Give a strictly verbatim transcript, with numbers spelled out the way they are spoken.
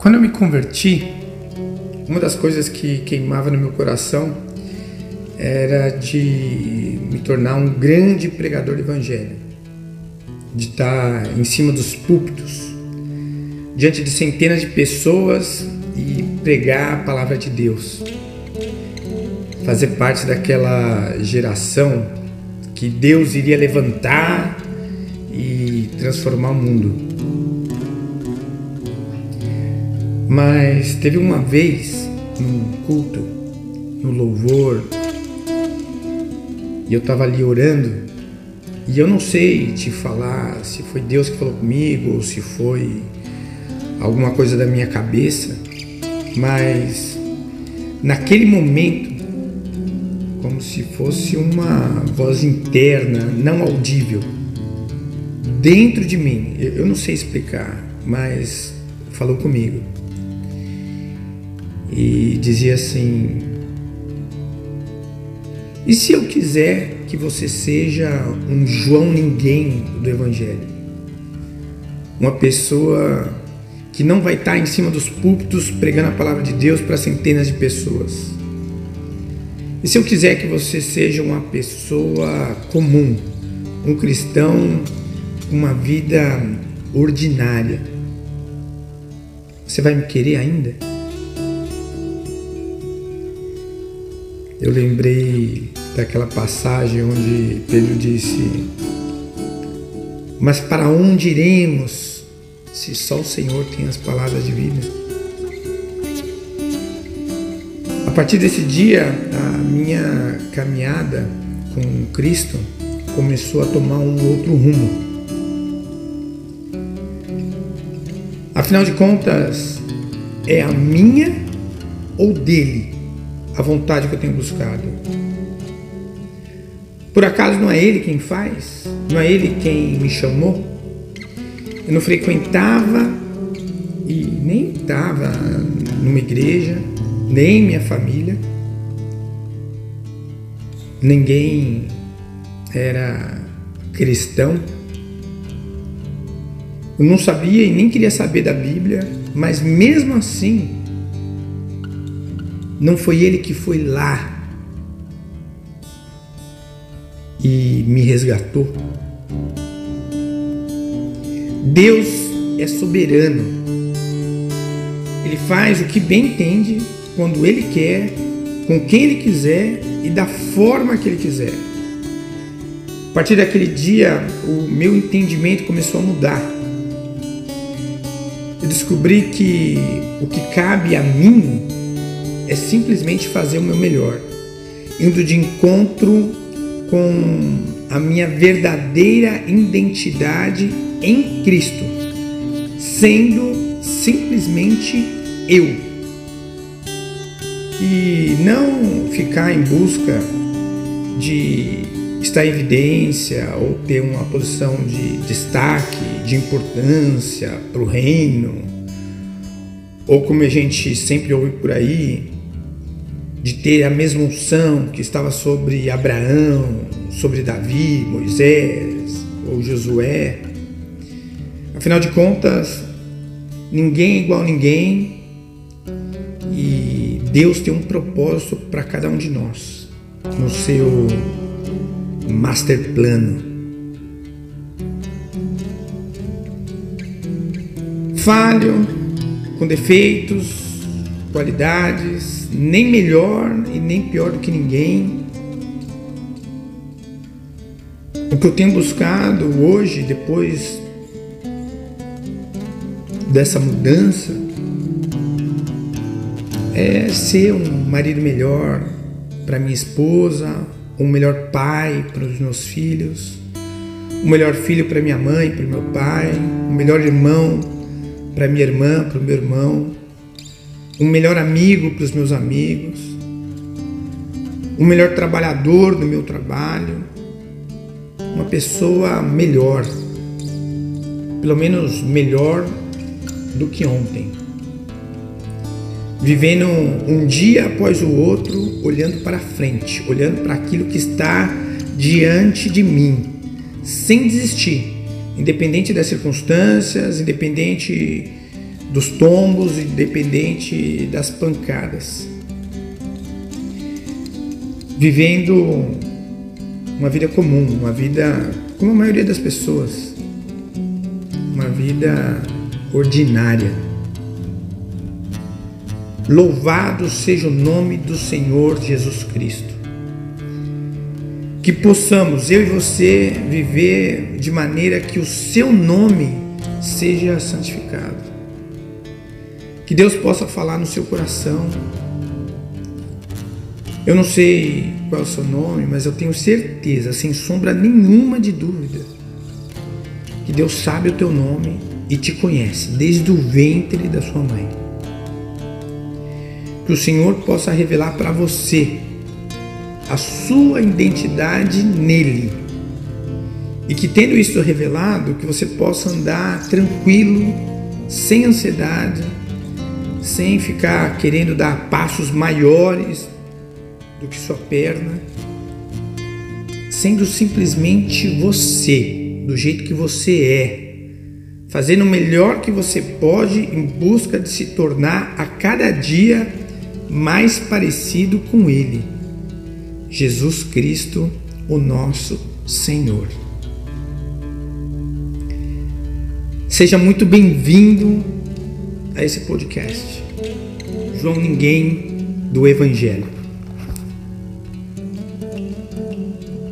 Quando eu me converti, uma das coisas que queimava no meu coração era de me tornar um grande pregador do evangelho, de estar em cima dos púlpitos, diante de centenas de pessoas e pregar a palavra de Deus, fazer parte daquela geração que Deus iria levantar e transformar o mundo. Mas teve uma vez, num culto, no louvor, e eu estava ali orando, e eu não sei te falar se foi Deus que falou comigo ou se foi alguma coisa da minha cabeça, mas naquele momento, como se fosse uma voz interna, não audível, dentro de mim, eu não sei explicar, mas falou comigo. E dizia assim: e se eu quiser que você seja um João Ninguém do Evangelho? Uma pessoa que não vai estar em cima dos púlpitos pregando a palavra de Deus para centenas de pessoas. E se eu quiser que você seja uma pessoa comum, um cristão com uma vida ordinária, você vai me querer ainda? Eu lembrei daquela passagem onde Pedro disse: mas para onde iremos se só o Senhor tem as palavras de vida? A partir desse dia, a minha caminhada com Cristo começou a tomar um outro rumo. Afinal de contas, é a minha ou dele a vontade que eu tenho buscado? Por acaso não é Ele quem faz? Não é Ele quem me chamou? Eu não frequentava e nem estava numa igreja, nem minha família. Ninguém era cristão. Eu não sabia e nem queria saber da Bíblia, mas mesmo assim, não foi Ele que foi lá e me resgatou. Deus é soberano. Ele faz o que bem entende, quando Ele quer, com quem Ele quiser e da forma que Ele quiser. A partir daquele dia, o meu entendimento começou a mudar. Eu descobri que o que cabe a mim é simplesmente fazer o meu melhor, indo de encontro com a minha verdadeira identidade em Cristo, sendo simplesmente eu. E não ficar em busca de estar em evidência ou ter uma posição de destaque, de importância para o reino, ou como a gente sempre ouve por aí, de ter a mesma unção que estava sobre Abraão, sobre Davi, Moisés ou Josué. Afinal de contas, ninguém é igual a ninguém e Deus tem um propósito para cada um de nós, no seu master plano. Falho, com defeitos, qualidades, nem melhor e nem pior do que ninguém. O que eu tenho buscado hoje, depois dessa mudança, é ser um marido melhor para minha esposa, um melhor pai para os meus filhos, um melhor filho para minha mãe, para o meu pai, um melhor irmão para minha irmã, para o meu irmão, um melhor amigo para os meus amigos, um melhor trabalhador do meu trabalho, uma pessoa melhor, pelo menos melhor do que ontem, vivendo um dia após o outro, olhando para frente, olhando para aquilo que está diante de mim, sem desistir, independente das circunstâncias, independente dos tombos, independente das pancadas. Vivendo uma vida comum, uma vida como a maioria das pessoas, uma vida ordinária. Louvado seja o nome do Senhor Jesus Cristo. Que possamos, eu e você, viver de maneira que o seu nome seja santificado. Que Deus possa falar no seu coração. Eu não sei qual é o seu nome, mas eu tenho certeza, sem sombra nenhuma de dúvida, que Deus sabe o teu nome e te conhece desde o ventre da sua mãe. Que o Senhor possa revelar para você a sua identidade nele. E que, tendo isso revelado, que você possa andar tranquilo, sem ansiedade, sem ficar querendo dar passos maiores do que sua perna, sendo simplesmente você, do jeito que você é, fazendo o melhor que você pode em busca de se tornar a cada dia mais parecido com Ele, Jesus Cristo, o nosso Senhor. Seja muito bem-vindo a esse podcast, João Ninguém do Evangelho.